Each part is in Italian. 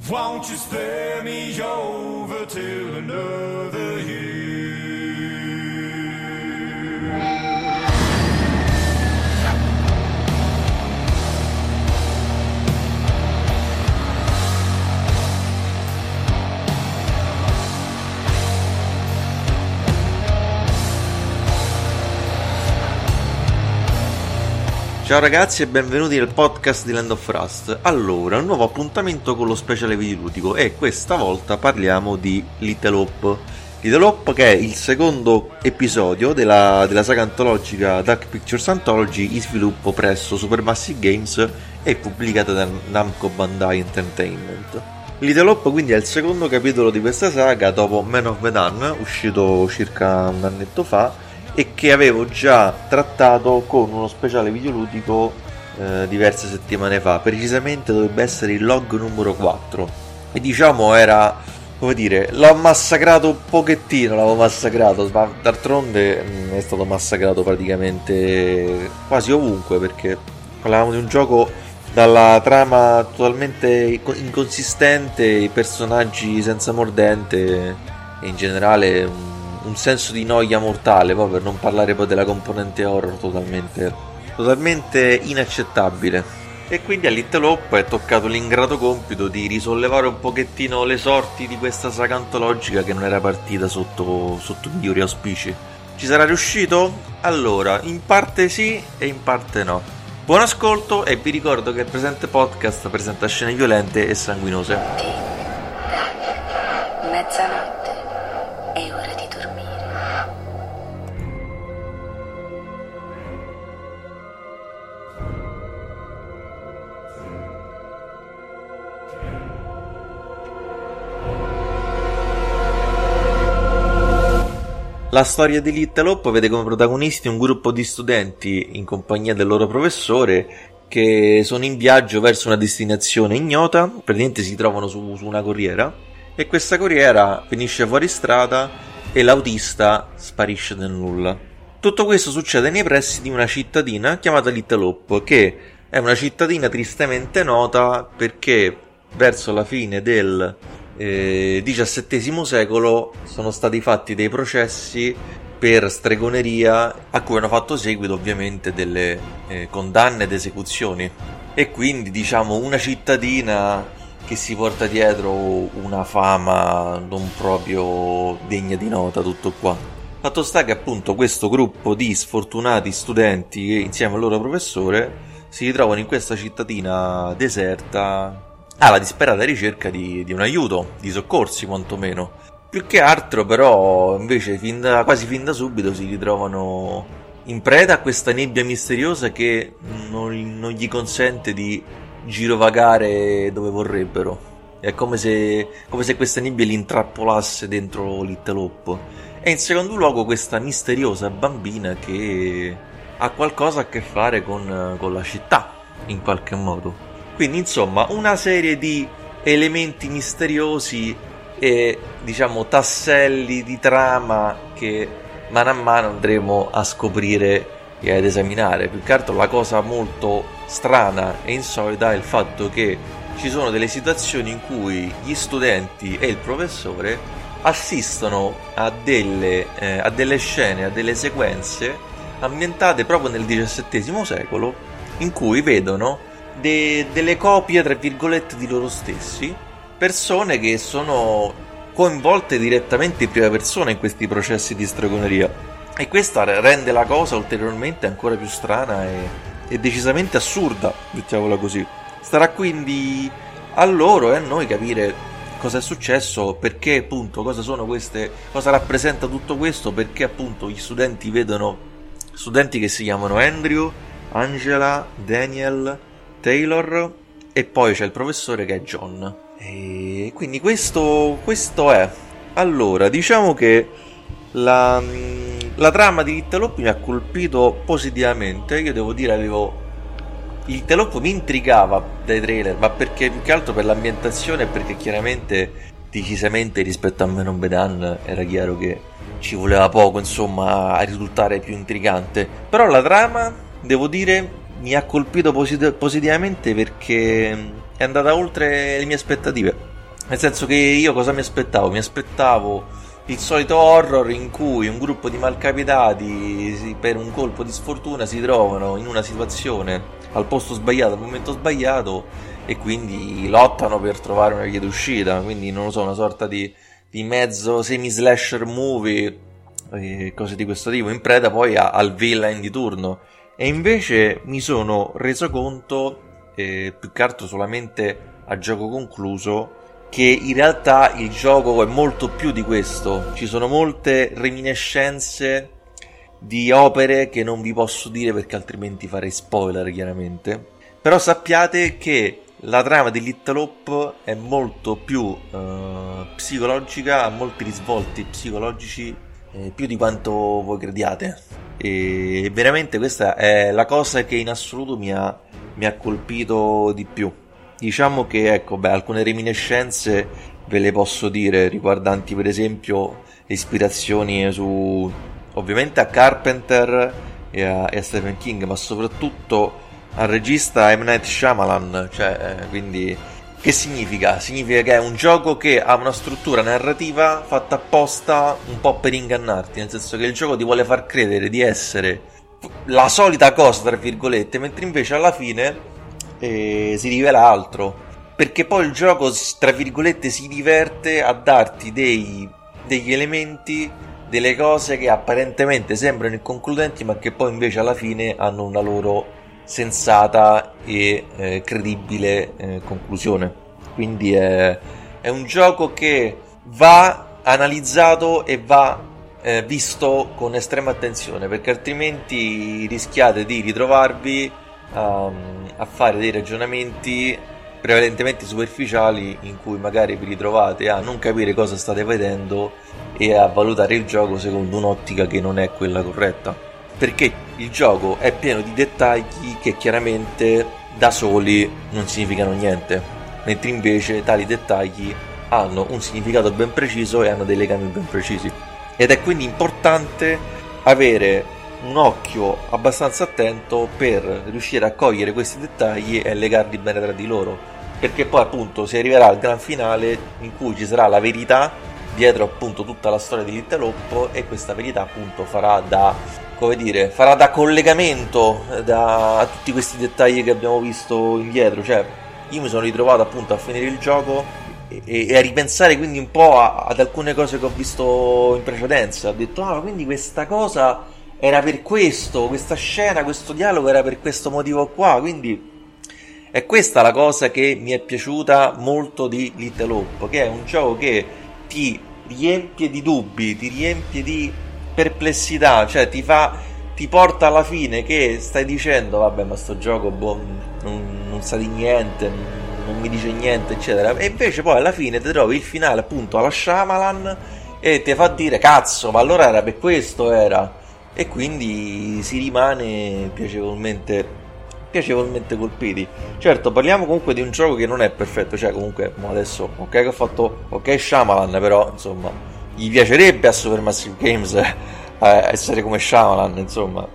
Won't you spare me over till another year? Ciao ragazzi e benvenuti nel podcast di Land of Rust. Allora, un nuovo appuntamento con lo speciale videoludico e questa volta parliamo di Little Hope. Little Hope, che è il secondo episodio della saga antologica Dark Pictures Anthology, in sviluppo presso Supermassive Games e pubblicata da Namco Bandai Entertainment. Little Hope quindi è il secondo capitolo di questa saga dopo Man of Medan, uscito circa un annetto fa, e che avevo già trattato con uno speciale videoludico diverse settimane fa. Precisamente dovrebbe essere il log numero 4 e diciamo era, come dire, l'ho massacrato un pochettino, l'avevo massacrato, ma d'altronde è stato massacrato praticamente quasi ovunque, perché parlavamo di un gioco dalla trama totalmente inconsistente, i personaggi senza mordente e in generale un senso di noia mortale, poi per non parlare poi della componente horror totalmente inaccettabile. E quindi a Little Hope è toccato l'ingrato compito di risollevare un pochettino le sorti di questa saga antologica che non era partita sotto migliori auspici. Ci sarà riuscito? Allora, in parte sì e in parte no. Buon ascolto e vi ricordo che il presente podcast presenta scene violente e sanguinose. Mezzanotte. È ora di dormire. La storia di Little Hope vede come protagonisti un gruppo di studenti in compagnia del loro professore che sono in viaggio verso una destinazione ignota. Praticamente si trovano su una corriera e questa corriera finisce fuori strada e l'autista sparisce nel nulla. Tutto questo succede nei pressi di una cittadina chiamata Little Hope, che è una cittadina tristemente nota perché verso la fine del XVII secolo sono stati fatti dei processi per stregoneria a cui hanno fatto seguito ovviamente delle condanne ed esecuzioni, e quindi diciamo una cittadina che si porta dietro una fama non proprio degna di nota. Tutto qua. Fatto sta che appunto questo gruppo di sfortunati studenti insieme al loro professore si ritrovano in questa cittadina deserta alla disperata ricerca di un aiuto, di soccorsi quantomeno. Più che altro però invece quasi fin da subito si ritrovano in preda a questa nebbia misteriosa che non gli consente di girovagare dove vorrebbero. È come se questa nebbia li intrappolasse dentro Little Hope. E in secondo luogo questa misteriosa bambina che ha qualcosa a che fare con la città in qualche modo. Quindi insomma una serie di elementi misteriosi e diciamo tasselli di trama che mano a mano andremo a scoprire e ad esaminare. Più che altro la cosa molto strana e insolita è il fatto che ci sono delle situazioni in cui gli studenti e il professore assistono a delle scene, a delle sequenze ambientate proprio nel XVII secolo, in cui vedono delle copie tra virgolette di loro stessi, persone che sono coinvolte direttamente in prima persona in questi processi di stregoneria, e questa rende la cosa ulteriormente ancora più strana e decisamente assurda, mettiamola così. Starà quindi a loro e a noi capire cosa è successo, perché appunto cosa rappresenta tutto questo, perché appunto gli studenti vedono studenti che si chiamano Andrew, Angela, Daniel, Taylor e poi c'è il professore che è John. E quindi questo è. Allora, diciamo che la trama di Little Hope mi ha colpito positivamente. Io devo dire, il Little Hope mi intrigava dai trailer, ma perché più che altro per l'ambientazione e perché chiaramente decisamente rispetto a Man of Medan era chiaro che ci voleva poco insomma a risultare più intrigante. Però la trama, devo dire, mi ha colpito positivamente perché è andata oltre le mie aspettative. Nel senso che io cosa mi aspettavo? Mi aspettavo il solito horror in cui un gruppo di malcapitati per un colpo di sfortuna si trovano in una situazione al posto sbagliato, al momento sbagliato, e quindi lottano per trovare una via d'uscita. Quindi non lo so, una sorta di mezzo semi-slasher movie, cose di questo tipo, in preda poi al villain di turno. E invece mi sono reso conto, più che altro solamente a gioco concluso, che in realtà il gioco è molto più di questo. Ci sono molte reminiscenze di opere che non vi posso dire perché altrimenti farei spoiler, chiaramente. Però sappiate che la trama di Little Hope è molto più psicologica, ha molti risvolti psicologici, più di quanto voi crediate. E veramente questa è la cosa che in assoluto mi ha colpito di più. Diciamo che, ecco, alcune reminiscenze ve le posso dire, riguardanti per esempio le ispirazioni su, ovviamente, a Carpenter e a Stephen King, ma soprattutto al regista M. Night Shyamalan. Quindi, che significa? Significa che è un gioco che ha una struttura narrativa fatta apposta un po' per ingannarti, nel senso che il gioco ti vuole far credere di essere la solita cosa, tra virgolette, mentre invece alla fine si rivela altro, perché poi il gioco, tra virgolette, si diverte a darti degli elementi, delle cose che apparentemente sembrano inconcludenti ma che poi invece alla fine hanno una loro sensata e credibile conclusione. Quindi è un gioco che va analizzato e va visto con estrema attenzione, perché altrimenti rischiate di ritrovarvi a fare dei ragionamenti prevalentemente superficiali, in cui magari vi ritrovate a non capire cosa state vedendo e a valutare il gioco secondo un'ottica che non è quella corretta, perché il gioco è pieno di dettagli che chiaramente da soli non significano niente, mentre invece tali dettagli hanno un significato ben preciso e hanno dei legami ben precisi, ed è quindi importante avere un occhio abbastanza attento per riuscire a cogliere questi dettagli e legarli bene tra di loro, perché poi appunto si arriverà al gran finale in cui ci sarà la verità dietro appunto tutta la storia di Little Hope, e questa verità appunto farà da collegamento a tutti questi dettagli che abbiamo visto indietro. Io mi sono ritrovato appunto a finire il gioco e a ripensare quindi un po' ad alcune cose che ho visto in precedenza. Ho detto, quindi questa cosa era per questo, questa scena, questo dialogo era per questo motivo qua. Quindi è questa la cosa che mi è piaciuta molto di Little Hope, che è un gioco che ti riempie di dubbi, ti riempie di perplessità, ti porta alla fine che stai dicendo vabbè, ma sto gioco non sa di niente, non mi dice niente, eccetera, e invece poi alla fine ti trovi il finale appunto alla Shyamalan e ti fa dire cazzo, ma allora era per questo, era. E quindi si rimane piacevolmente colpiti. Certo, parliamo comunque di un gioco che non è perfetto, comunque adesso ok che ho fatto Shyamalan, però insomma gli piacerebbe a Supermassive Games essere come Shyamalan, insomma.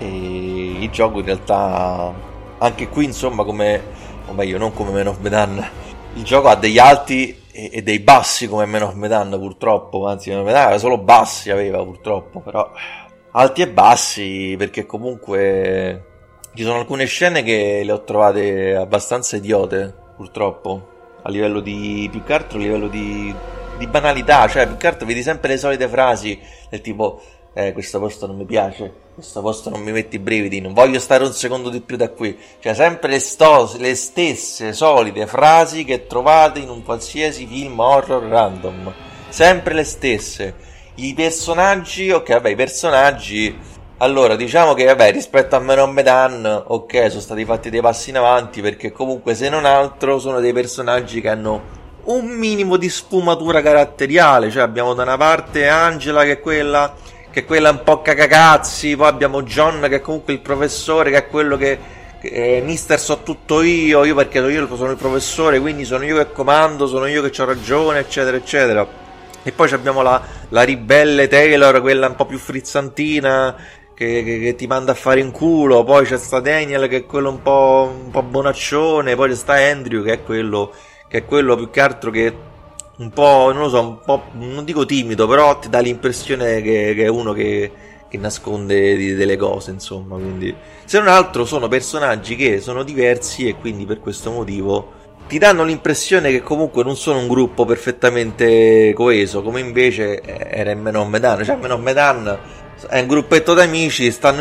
E il gioco in realtà anche qui, insomma, o meglio, non come Man of Medan, il gioco ha degli alti e dei bassi come Man of Medan, purtroppo. Anzi, Man of Medan solo bassi aveva, purtroppo, però alti e bassi, perché comunque ci sono alcune scene che le ho trovate abbastanza idiote, purtroppo, a livello di, più che altro a livello di banalità. Più che altro vedi sempre le solite frasi del tipo questo posto non mi piace, questo posto non mi mette i brividi, non voglio stare un secondo di più da qui. Sempre le stesse solite frasi che trovate in un qualsiasi film horror random, sempre le stesse. I personaggi, i personaggi, allora diciamo che rispetto a Man of Medan, sono stati fatti dei passi in avanti, perché comunque se non altro sono dei personaggi che hanno un minimo di sfumatura caratteriale. Abbiamo da una parte Angela, che è quella un po' cacacazzi, poi abbiamo John che è comunque il professore, che è quello che mister so tutto io perché io sono il professore, quindi sono io che comando, sono io che ho ragione, eccetera eccetera. E poi abbiamo la ribelle Taylor, quella un po' più frizzantina, che ti manda a fare in culo. Poi c'è sta Daniel, che è quello un po' bonaccione. Poi c'è sta Andrew, che è quello più che altro che un po', non lo so, un po', non dico timido, però ti dà l'impressione che è uno che nasconde delle cose, insomma. Quindi, se non altro, sono personaggi che sono diversi e quindi per questo motivo ti danno l'impressione che comunque non sono un gruppo perfettamente coeso, come invece era in Men of Medan. Cioè, Men of Medan è un gruppetto d'amici, stanno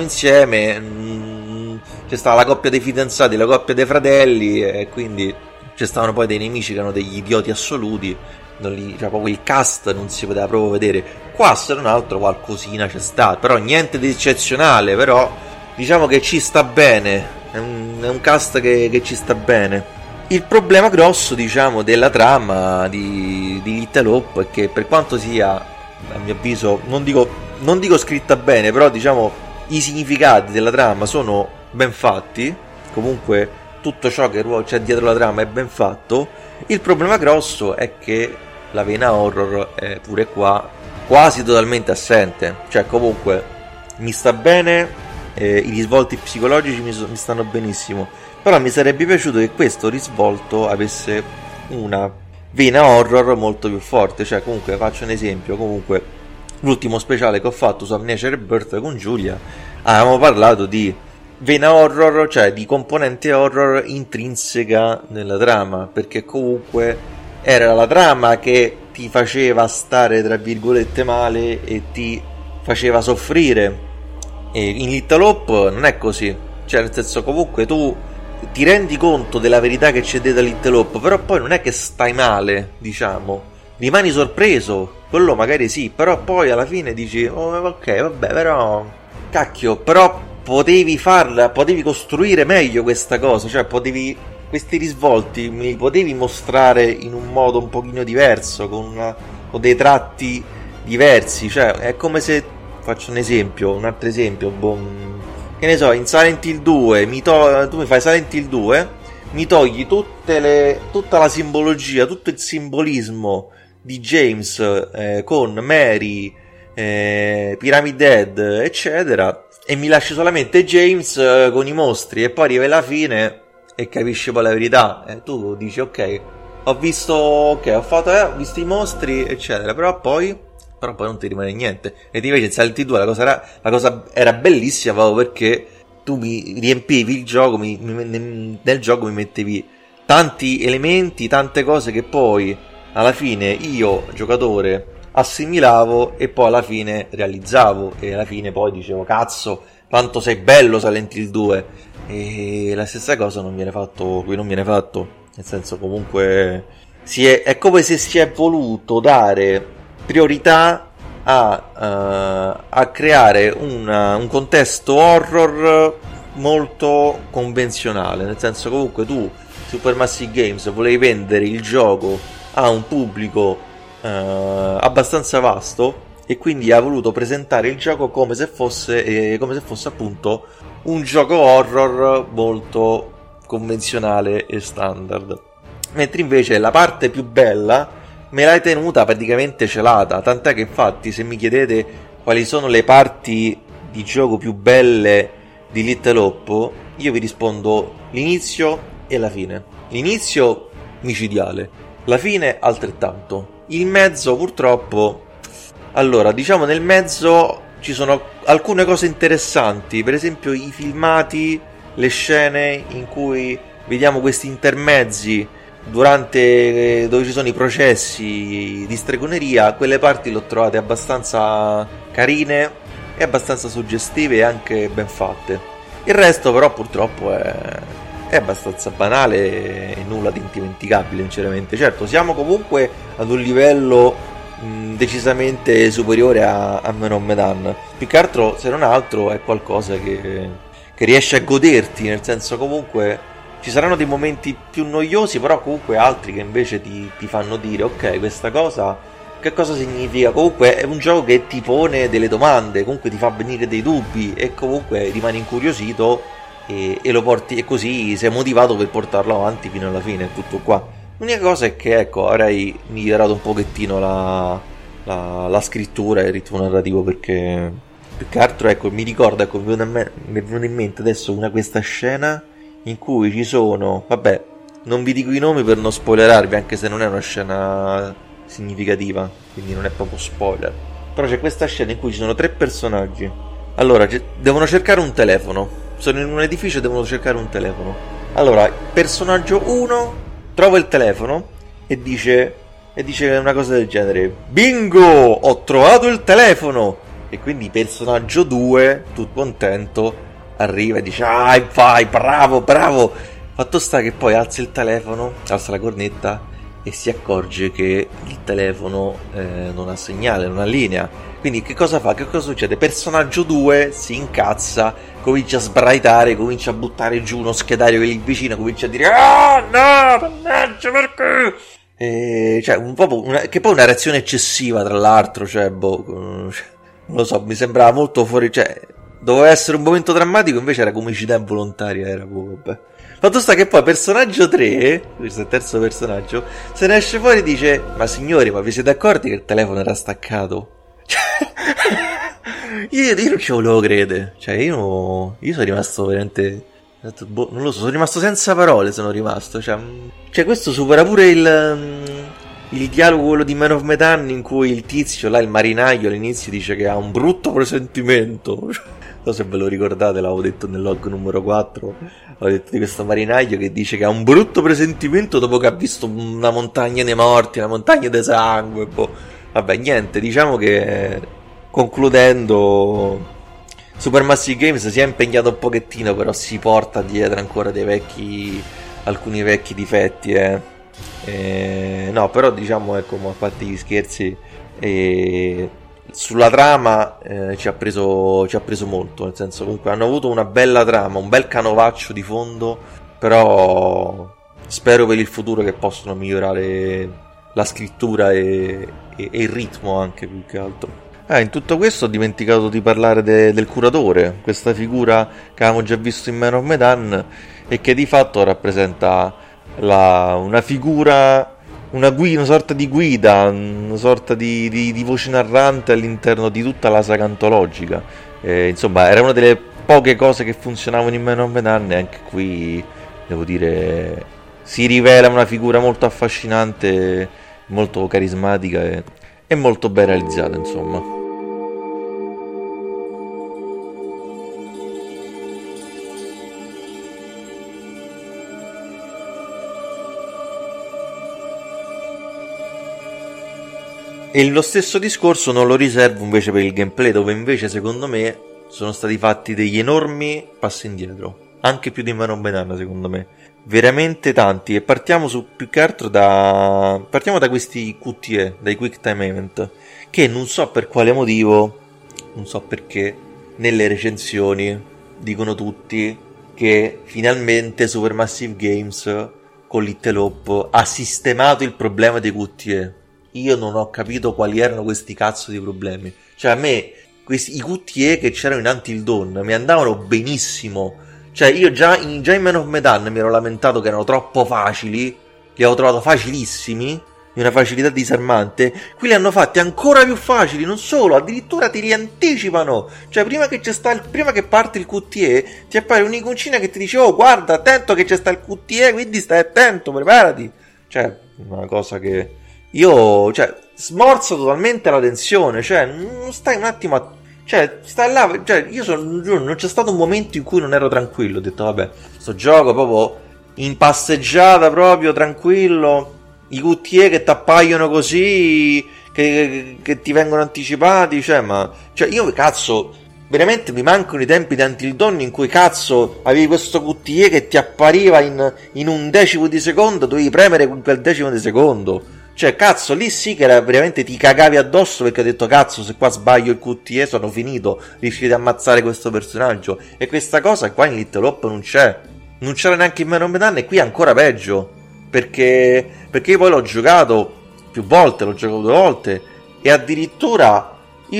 insieme, c'è stata la coppia dei fidanzati, la coppia dei fratelli, e quindi ci stavano poi dei nemici che erano degli idioti assoluti. Cioè, proprio il cast non si poteva proprio vedere. Qua, se non altro, qualcosina c'è stato, però niente di eccezionale. Però diciamo che ci sta bene, è un cast che ci sta bene. Il problema grosso, diciamo, della trama di Little Hope è che, per quanto sia, a mio avviso, non dico scritta bene, però diciamo i significati della trama sono ben fatti. Comunque tutto ciò che c'è dietro la trama è ben fatto. Il problema grosso è che la vena horror è pure qua quasi totalmente assente. Cioè, comunque mi sta bene, i risvolti psicologici mi stanno benissimo, però mi sarebbe piaciuto che questo risvolto avesse una vena horror molto più forte. Cioè, comunque, faccio un esempio, comunque l'ultimo speciale che ho fatto su Amnesia Rebirth con Giulia, avevamo parlato di vena horror, cioè di componente horror intrinseca nella trama, perché comunque era la trama che ti faceva stare tra virgolette male e ti faceva soffrire. E in Little Hope non è così, cioè nel senso, comunque tu ti rendi conto della verità che c'è dietro Little Hope, però poi non è che stai male, diciamo, rimani sorpreso, quello magari sì, però poi alla fine dici oh, ok, vabbè, però cacchio, però potevi farla, potevi costruire meglio questa cosa, cioè questi risvolti me li potevi mostrare in un modo un pochino diverso, con dei tratti diversi. Cioè, è come se, faccio un altro esempio, che ne so, in Silent Hill 2 tu mi fai Silent Hill 2, mi togli tutta la simbologia, tutto il simbolismo di James con Mary, Pyramid Head, eccetera, e mi lasci solamente James con i mostri, e poi arriva alla fine e capisci poi la verità, e tu dici ok, ho visto i mostri, eccetera, però poi non ti rimane niente. Ed invece in Silent Hill 2 la cosa era bellissima, proprio perché tu mi riempivi il gioco, nel gioco mi mettevi tanti elementi, tante cose che poi alla fine io, giocatore, assimilavo e poi alla fine realizzavo, e alla fine poi dicevo cazzo, quanto sei bello Silent Hill 2. E la stessa cosa non viene fatto qui, nel senso, comunque è come se si è voluto dare priorità a creare un contesto horror molto convenzionale, nel senso, comunque tu Supermassive Games volevi vendere il gioco a un pubblico abbastanza vasto, e quindi ha voluto presentare il gioco come se fosse appunto un gioco horror molto convenzionale e standard, mentre invece la parte più bella me l'hai tenuta praticamente celata, tant'è che infatti se mi chiedete quali sono le parti di gioco più belle di Little Hope, io vi rispondo l'inizio e la fine. L'inizio micidiale, la fine altrettanto, il mezzo purtroppo. Allora, diciamo, nel mezzo ci sono alcune cose interessanti, per esempio i filmati, le scene in cui vediamo questi intermezzi dove ci sono i processi di stregoneria. Quelle parti le ho trovate abbastanza carine e abbastanza suggestive e anche ben fatte. Il resto però purtroppo è abbastanza banale e nulla di indimenticabile, sinceramente. Certo, siamo comunque ad un livello decisamente superiore a Men of Medan. Più che altro, se non altro, è qualcosa che riesce a goderti, nel senso, comunque ci saranno dei momenti più noiosi, però comunque altri che invece ti fanno dire ok, questa cosa che cosa significa. Comunque è un gioco che ti pone delle domande, comunque ti fa venire dei dubbi e comunque rimani incuriosito e lo porti, e così sei motivato per portarlo avanti fino alla fine. Tutto qua. L'unica cosa è che, ecco, avrei migliorato un pochettino la scrittura e il ritmo narrativo, perché più che altro, ecco, mi ricorda, ecco, mi è venuta in mente adesso questa scena in cui ci sono, vabbè, non vi dico i nomi per non spoilerarvi, anche se non è una scena significativa, quindi non è proprio spoiler. Però c'è questa scena in cui ci sono 3 personaggi. Allora, devono cercare un telefono. Sono in un edificio e devono cercare un telefono. Allora, personaggio 1 trova il telefono e dice una cosa del genere: bingo! Ho trovato il telefono! E quindi personaggio 2, tutto contento, arriva e dice: ah, vai, bravo! Fatto sta che poi alza il telefono, alza la cornetta e si accorge che il telefono non ha segnale, non ha linea. Quindi che cosa fa? Che cosa succede? Personaggio 2 si incazza, comincia a sbraitare, comincia a buttare giù uno schedario che è lì vicino, comincia a dire: ah, no, mannaggia, perché? Che poi è una reazione eccessiva, tra l'altro, non lo so, mi sembrava molto fuori, doveva essere un momento drammatico, invece era comicità involontaria, era vabbè. Fatto sta che poi personaggio 3, questo è il terzo personaggio, se ne esce fuori e dice: ma signori, ma vi siete accorti che il telefono era staccato? Io non ci volevo credere, io sono rimasto veramente, non lo so, sono rimasto senza parole, questo supera pure il dialogo, quello di Man of Medan, in cui il tizio là, il marinaio, all'inizio dice che ha un brutto presentimento. Non so se ve lo ricordate, l'avevo detto nel log numero 4. Ho detto di questo marinaio che dice che ha un brutto presentimento dopo che ha visto una montagna dei morti, una montagna di sangue. Vabbè, niente, diciamo che concludendo, Supermassive Games si è impegnato un pochettino, però si porta dietro ancora alcuni vecchi difetti, no, però diciamo, ecco, a parte gli scherzi, sulla trama ci ha preso molto, nel senso, comunque hanno avuto una bella trama, un bel canovaccio di fondo, però spero per il futuro che possano migliorare la scrittura e il ritmo, anche più che altro. In tutto questo ho dimenticato di parlare del curatore, questa figura che avevamo già visto in Man of Medan e che di fatto rappresenta una figura, una sorta di guida, una sorta di voce narrante all'interno di tutta la saga antologica. Insomma, era una delle poche cose che funzionavano in Man of Medan, e anche qui devo dire si rivela una figura molto affascinante, molto carismatica e molto ben realizzata, insomma. E lo stesso discorso non lo riservo invece per il gameplay, dove invece secondo me sono stati fatti degli enormi passi indietro, anche più di Man of Medan, secondo me, veramente tanti. E partiamo più che altro partiamo da questi QTE, dai Quick Time Event, che non so per quale motivo, non so perché, nelle recensioni dicono tutti che finalmente Supermassive Games con Little Hope ha sistemato il problema dei QTE. Io non ho capito quali erano questi cazzo di problemi. Cioè, a me i QTE che c'erano in Until Dawn mi andavano benissimo. Cioè, io già in Man of Medan mi ero lamentato che erano troppo facili, li avevo trovato facilissimi, di una facilità disarmante. Qui li hanno fatti ancora più facili, non solo, addirittura ti li anticipano. Cioè, prima che parte il QTE, ti appare un'iconcina che ti dice: oh, guarda, attento che c'è sta il QTE, quindi stai attento, preparati. Cioè, una cosa che smorza totalmente la tensione. Cioè, non stai un attimo stai là, non c'è stato un momento in cui non ero tranquillo. Ho detto: vabbè, sto gioco proprio in passeggiata, proprio tranquillo. I QTE che ti appaiono così, che ti vengono anticipati. Io cazzo, veramente mi mancano i tempi di Until Dawn in cui cazzo avevi questo QTE che ti appariva in un decimo di secondo, dovevi premere quel decimo di secondo. Cioè, cazzo, lì sì che era veramente, ti cagavi addosso, perché ho detto: cazzo, se qua sbaglio il QTE sono finito, riuscite a ammazzare questo personaggio. E questa cosa qua in Little Hope non c'era neanche in Man of Medan, e qui è ancora peggio, perché io poi l'ho giocato più volte, l'ho giocato 2 volte, e addirittura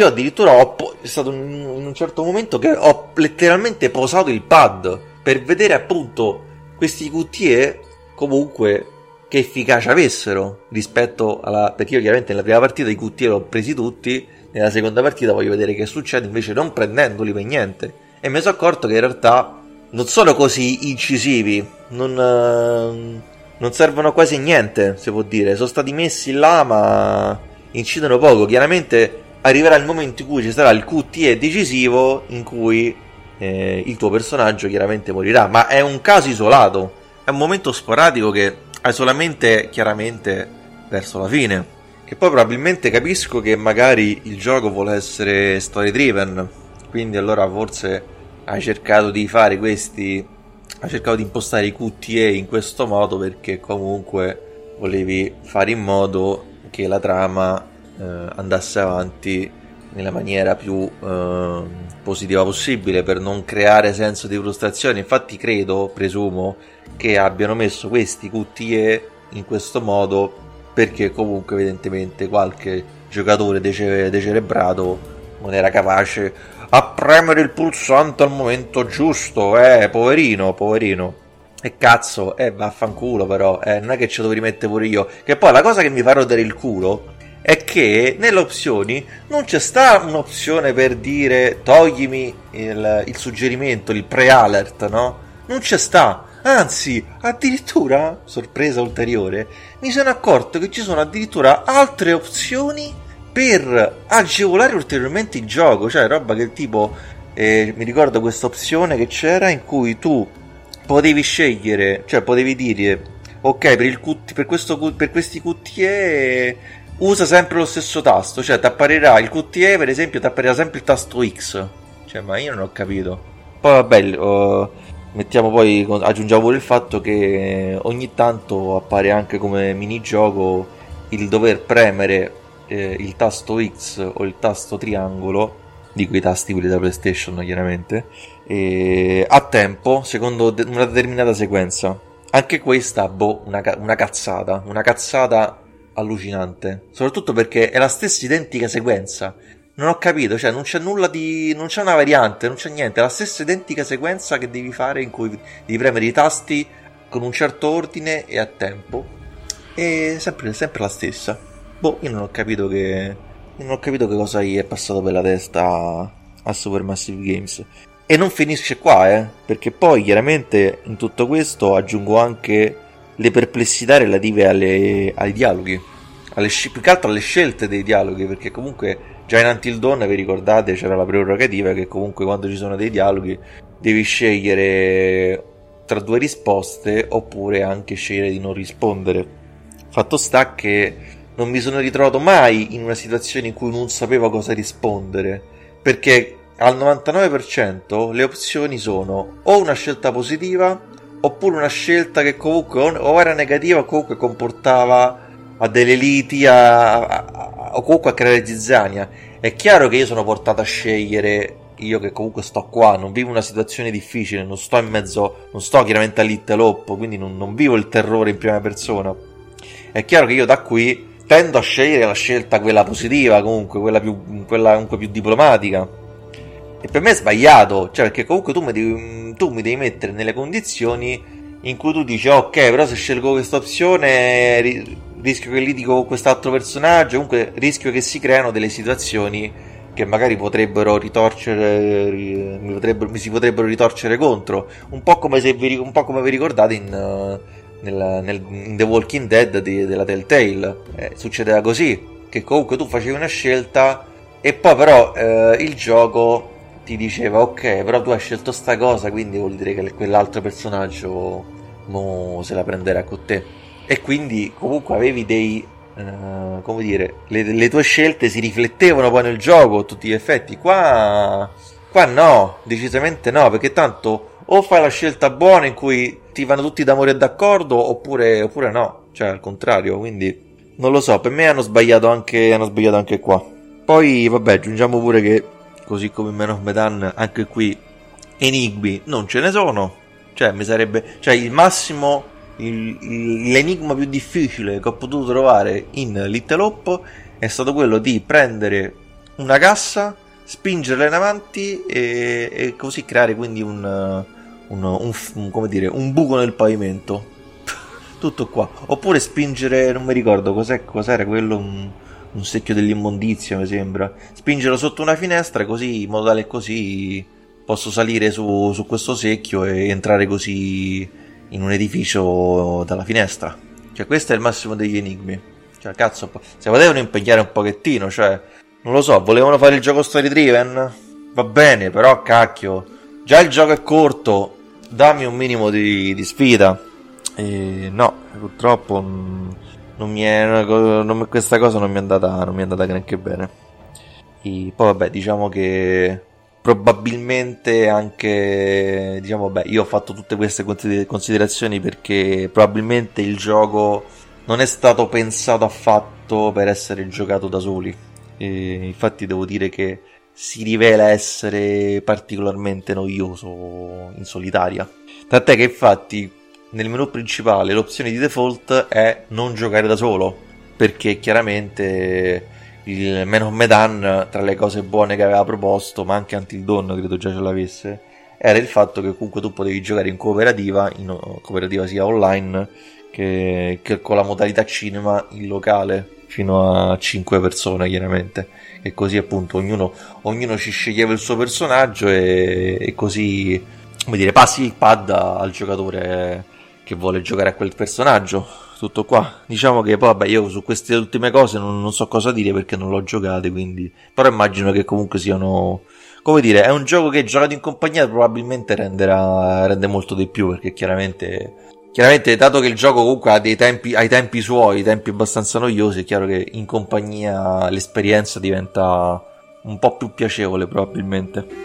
è stato in un certo momento che ho letteralmente posato il pad per vedere appunto questi QTE comunque che efficacia avessero rispetto perché io chiaramente nella prima partita i QTE l'ho presi tutti, nella seconda partita voglio vedere che succede invece non prendendoli per niente, e mi sono accorto che in realtà non sono così incisivi, non non servono quasi a niente, si può dire. Sono stati messi là, ma incidono poco. Chiaramente arriverà il momento in cui ci sarà il QTE decisivo, in cui il tuo personaggio chiaramente morirà. Ma è un caso isolato, è un momento sporadico che hai solamente, chiaramente, verso la fine. Che poi probabilmente capisco che magari il gioco vuole essere story driven, quindi allora forse hai cercato di fare hai cercato di impostare i QTE in questo modo perché comunque volevi fare in modo che la trama andasse avanti nella maniera più positiva possibile, per non creare senso di frustrazione. Infatti presumo che abbiano messo questi QTE in questo modo perché comunque evidentemente qualche giocatore decerebrato non era capace a premere il pulsante al momento giusto, poverino. E cazzo, vaffanculo però, non è che ce lo devo rimettere pure io. Che poi la cosa che mi fa rodere il culo è che nelle opzioni non c'è sta un'opzione per dire toglimi il suggerimento, il pre-alert, no? Non c'è sta. Anzi, addirittura, sorpresa ulteriore, mi sono accorto che ci sono addirittura altre opzioni per agevolare ulteriormente il gioco. Cioè roba che tipo mi ricordo questa opzione che c'era in cui tu potevi scegliere, cioè potevi dire ok, per questi QTE usa sempre lo stesso tasto, cioè ti apparirà il QTE, per esempio ti apparirà sempre il tasto X. Cioè, ma io non ho capito. Poi vabbè, aggiungiamo pure il fatto che ogni tanto appare anche come minigioco il dover premere il tasto X o il tasto triangolo, di quei tasti quelli da PlayStation chiaramente, a tempo secondo una determinata sequenza. Anche questa, una cazzata allucinante, soprattutto perché è la stessa identica sequenza. Non ho capito, cioè non c'è nulla non c'è una variante, non c'è niente, è la stessa identica sequenza che devi fare, in cui devi premere i tasti con un certo ordine e a tempo, e sempre la stessa. Io non ho capito che cosa gli è passato per la testa a Supermassive Games. E non finisce qua, perché poi chiaramente in tutto questo aggiungo anche le perplessità relative ai dialoghi, più che altro alle scelte dei dialoghi, perché comunque già in Until Dawn, vi ricordate, c'era la prerogativa che comunque quando ci sono dei dialoghi devi scegliere tra due risposte, oppure anche scegliere di non rispondere. Fatto sta che non mi sono ritrovato mai in una situazione in cui non sapevo cosa rispondere, perché al 99% le opzioni sono o una scelta positiva oppure una scelta che comunque o era negativa o comunque comportava a delle liti o comunque a creare zizzania. È chiaro che io sono portato a scegliere, io che comunque sto qua, non vivo una situazione difficile, non sto in mezzo, non sto chiaramente a Little Hope, quindi non vivo il terrore in prima persona. È chiaro che io da qui tendo a scegliere la scelta, quella positiva, comunque quella comunque più diplomatica. E per me è sbagliato, cioè perché comunque tu mi devi mettere nelle condizioni in cui tu dici ok, però se scelgo questa opzione rischio che litigo con quest'altro personaggio, comunque rischio che si creano delle situazioni che magari potrebbero mi si potrebbero ritorcere contro, un po' come vi ricordate in The Walking Dead della Telltale. Succedeva così, che comunque tu facevi una scelta e poi però il gioco ti diceva ok, però tu hai scelto sta cosa, quindi vuol dire che quell'altro personaggio se la prenderà con te, e quindi comunque avevi le tue scelte si riflettevano poi nel gioco a tutti gli effetti. Qua no, decisamente no, perché tanto o fai la scelta buona in cui ti vanno tutti d'amore e d'accordo, oppure no, cioè al contrario. Quindi non lo so, per me hanno sbagliato anche qua. Poi vabbè, aggiungiamo pure che così come in Man of Medan, anche qui enigmi non ce ne sono, cioè il massimo, l'enigma più difficile che ho potuto trovare in Little Hope è stato quello di prendere una cassa, spingerla in avanti e così creare quindi un buco nel pavimento. Tutto qua. Oppure spingere, non mi ricordo cos'era quello, un secchio dell'immondizia mi sembra, spingerlo sotto una finestra, così in modo tale così posso salire su questo secchio e entrare così in un edificio dalla finestra. Cioè, questo è il massimo degli enigmi. Cioè, cazzo, se potevano impegnare un pochettino, cioè, non lo so, volevano fare il gioco story driven? Va bene, però cacchio, già il gioco è corto, dammi un minimo di sfida. E no, purtroppo questa cosa non mi è andata granché bene. E poi vabbè, diciamo che probabilmente anche, diciamo, vabbè, io ho fatto tutte queste considerazioni perché probabilmente il gioco non è stato pensato affatto per essere giocato da soli. E infatti devo dire che si rivela essere particolarmente noioso in solitaria. Tant'è che infatti nel menu principale l'opzione di default è non giocare da solo, perché chiaramente il Man of Medan, tra le cose buone che aveva proposto, ma anche Until Dawn credo già ce l'avesse, era il fatto che comunque tu potevi giocare in cooperativa sia online che con la modalità cinema in locale, fino a 5 persone chiaramente, e così appunto ognuno ci sceglieva il suo personaggio e così, come dire, passi il pad al giocatore che vuole giocare a quel personaggio. Tutto qua. Diciamo che poi vabbè, io su queste ultime cose non so cosa dire perché non l'ho giocate, quindi, però immagino che comunque siano, come dire, è un gioco che giocato in compagnia probabilmente rende molto di più, perché chiaramente dato che il gioco comunque ha i tempi suoi, tempi abbastanza noiosi, è chiaro che in compagnia l'esperienza diventa un po' più piacevole probabilmente.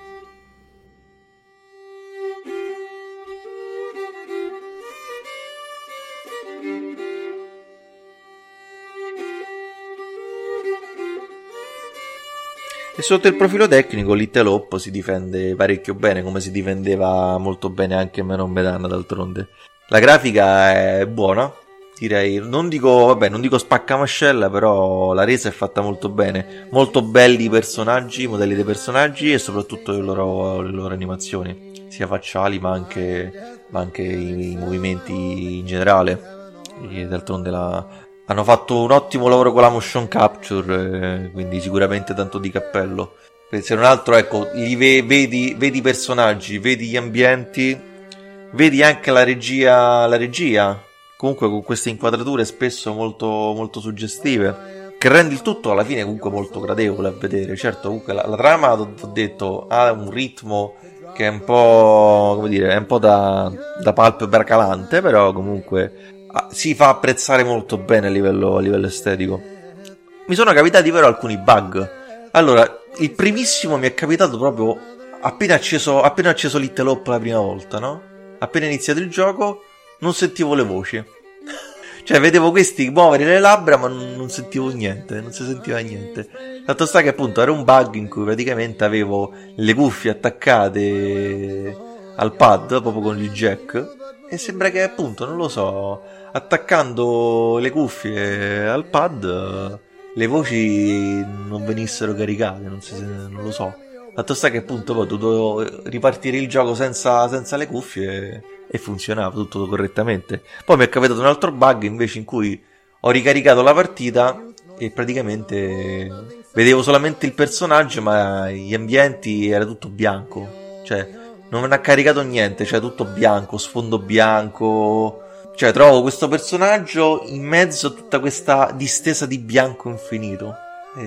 E sotto il profilo tecnico Little Hope si difende parecchio bene, come si difendeva molto bene anche Man of Medan d'altronde. La grafica è buona, direi, non dico spaccamascella, però la resa è fatta molto bene, molto belli i personaggi, i modelli dei personaggi e soprattutto le loro animazioni, sia facciali ma anche i movimenti in generale. E d'altronde hanno fatto un ottimo lavoro con la motion capture, quindi sicuramente tanto di cappello. Se non altro, ecco, vedi i personaggi, vedi gli ambienti, vedi anche la regia, comunque con queste inquadrature spesso molto, molto suggestive, che rende il tutto alla fine comunque molto gradevole a vedere. Certo, comunque la trama, ho detto, ha un ritmo che è un po', come dire, è un po' da palpebra calante, però comunque si fa apprezzare molto bene a livello estetico. Mi sono capitati però alcuni bug. Allora, il primissimo mi è capitato proprio appena acceso Little Hope la prima volta, no? Appena iniziato il gioco non sentivo le voci. Cioè vedevo questi muovere le labbra ma non sentivo niente, non si sentiva niente. Fatto sta che appunto era un bug in cui praticamente avevo le cuffie attaccate al pad proprio con il jack e sembra che appunto, non lo so, attaccando le cuffie al pad le voci non venissero caricate, non lo so. Fatto sta che appunto poi dovevo ripartire il gioco senza le cuffie e funzionava tutto correttamente. Poi mi è capitato un altro bug invece in cui ho ricaricato la partita e praticamente vedevo solamente il personaggio, ma gli ambienti era tutto bianco, cioè non me ne ha caricato niente, cioè tutto bianco, sfondo bianco. Cioè trovo questo personaggio in mezzo a tutta questa distesa di bianco infinito.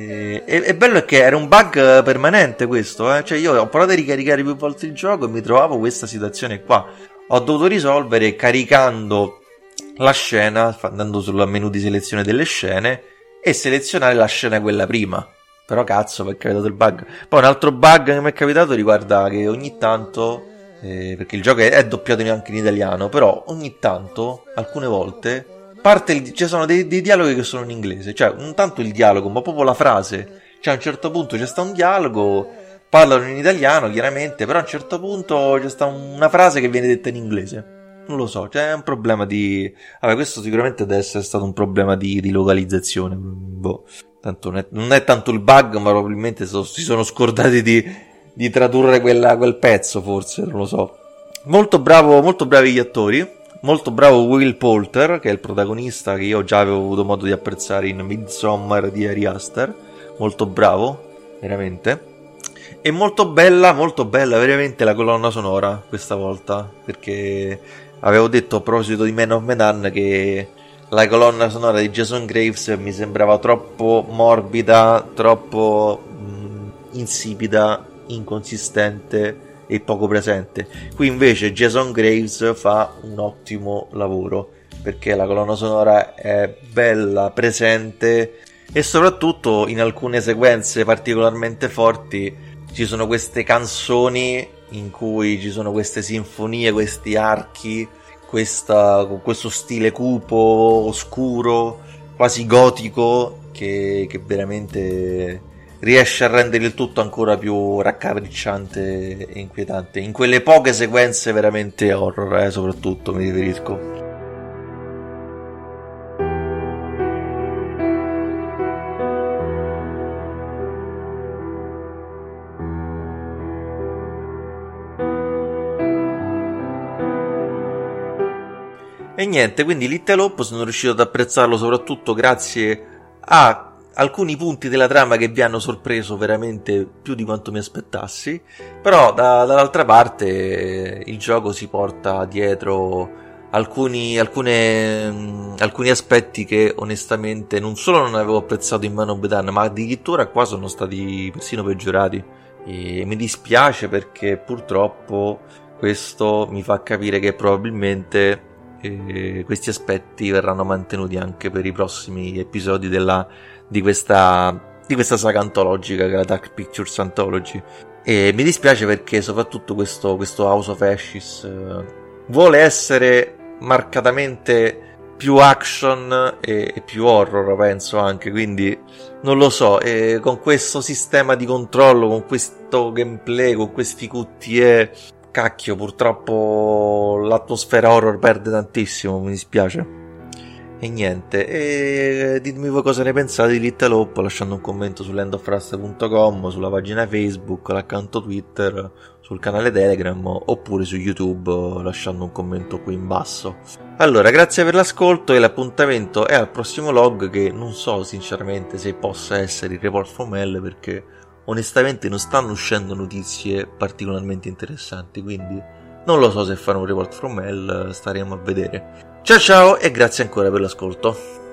E bello è che era un bug permanente questo, Cioè io ho provato a ricaricare più volte il gioco e mi trovavo questa situazione qua. Ho dovuto risolvere caricando la scena, andando sul menu di selezione delle scene e selezionare la scena quella prima. Però cazzo, mi è capitato il bug. Poi un altro bug che mi è capitato riguarda che ogni tanto, perché il gioco è doppiato anche in italiano, però ogni tanto, alcune volte, ci sono dei dialoghi che sono in inglese. Cioè, non tanto il dialogo, ma proprio la frase. Cioè, a un certo punto c'è sta un dialogo, parlano in italiano chiaramente, però a un certo punto c'è sta una frase che viene detta in inglese. Non lo so, cioè è un problema di... Vabbè, questo sicuramente deve essere stato un problema di localizzazione. Boh. Tanto non è tanto il bug, ma probabilmente si sono scordati di tradurre quel pezzo, forse, non lo so. Molto bravi gli attori. Molto bravo Will Poulter, che è il protagonista che io già avevo avuto modo di apprezzare in Midsommar di Ari Aster. Molto bravo, veramente. E molto bella veramente la colonna sonora questa volta, perché avevo detto a proposito di Man of Medan che la colonna sonora di Jason Graves mi sembrava troppo morbida, troppo insipida, inconsistente e poco presente. Qui invece Jason Graves fa un ottimo lavoro, perché la colonna sonora è bella, presente, e soprattutto in alcune sequenze particolarmente forti ci sono queste canzoni in cui ci sono queste sinfonie, questi archi, con questo stile cupo, oscuro, quasi gotico, che veramente riesce a rendere il tutto ancora più raccapricciante e inquietante. In quelle poche sequenze veramente horror, soprattutto mi riferisco. E niente, quindi Little Hope sono riuscito ad apprezzarlo soprattutto grazie a alcuni punti della trama che vi hanno sorpreso veramente più di quanto mi aspettassi, però dall'altra parte il gioco si porta dietro alcuni aspetti che onestamente non solo non avevo apprezzato in Man of Medan, ma addirittura qua sono stati persino peggiorati, e mi dispiace perché purtroppo questo mi fa capire che probabilmente questi aspetti verranno mantenuti anche per i prossimi episodi di questa saga antologica, che è la Dark Pictures Anthology. E mi dispiace perché soprattutto questo House of Ashes vuole essere marcatamente più action e più horror, penso anche, quindi non lo so, con questo sistema di controllo, con questo gameplay, con questi QTE, cacchio, purtroppo l'atmosfera horror perde tantissimo, mi dispiace. E niente, e ditemi voi cosa ne pensate di Little Hope lasciando un commento su landofrust.com, sulla pagina Facebook, l'account Twitter, sul canale Telegram oppure su YouTube lasciando un commento qui in basso. Allora, grazie per l'ascolto e l'appuntamento è al prossimo log, che non so sinceramente se possa essere il Report from Hell, perché onestamente non stanno uscendo notizie particolarmente interessanti, quindi non lo so se fare un Report from Hell, staremo a vedere. Ciao ciao e grazie ancora per l'ascolto.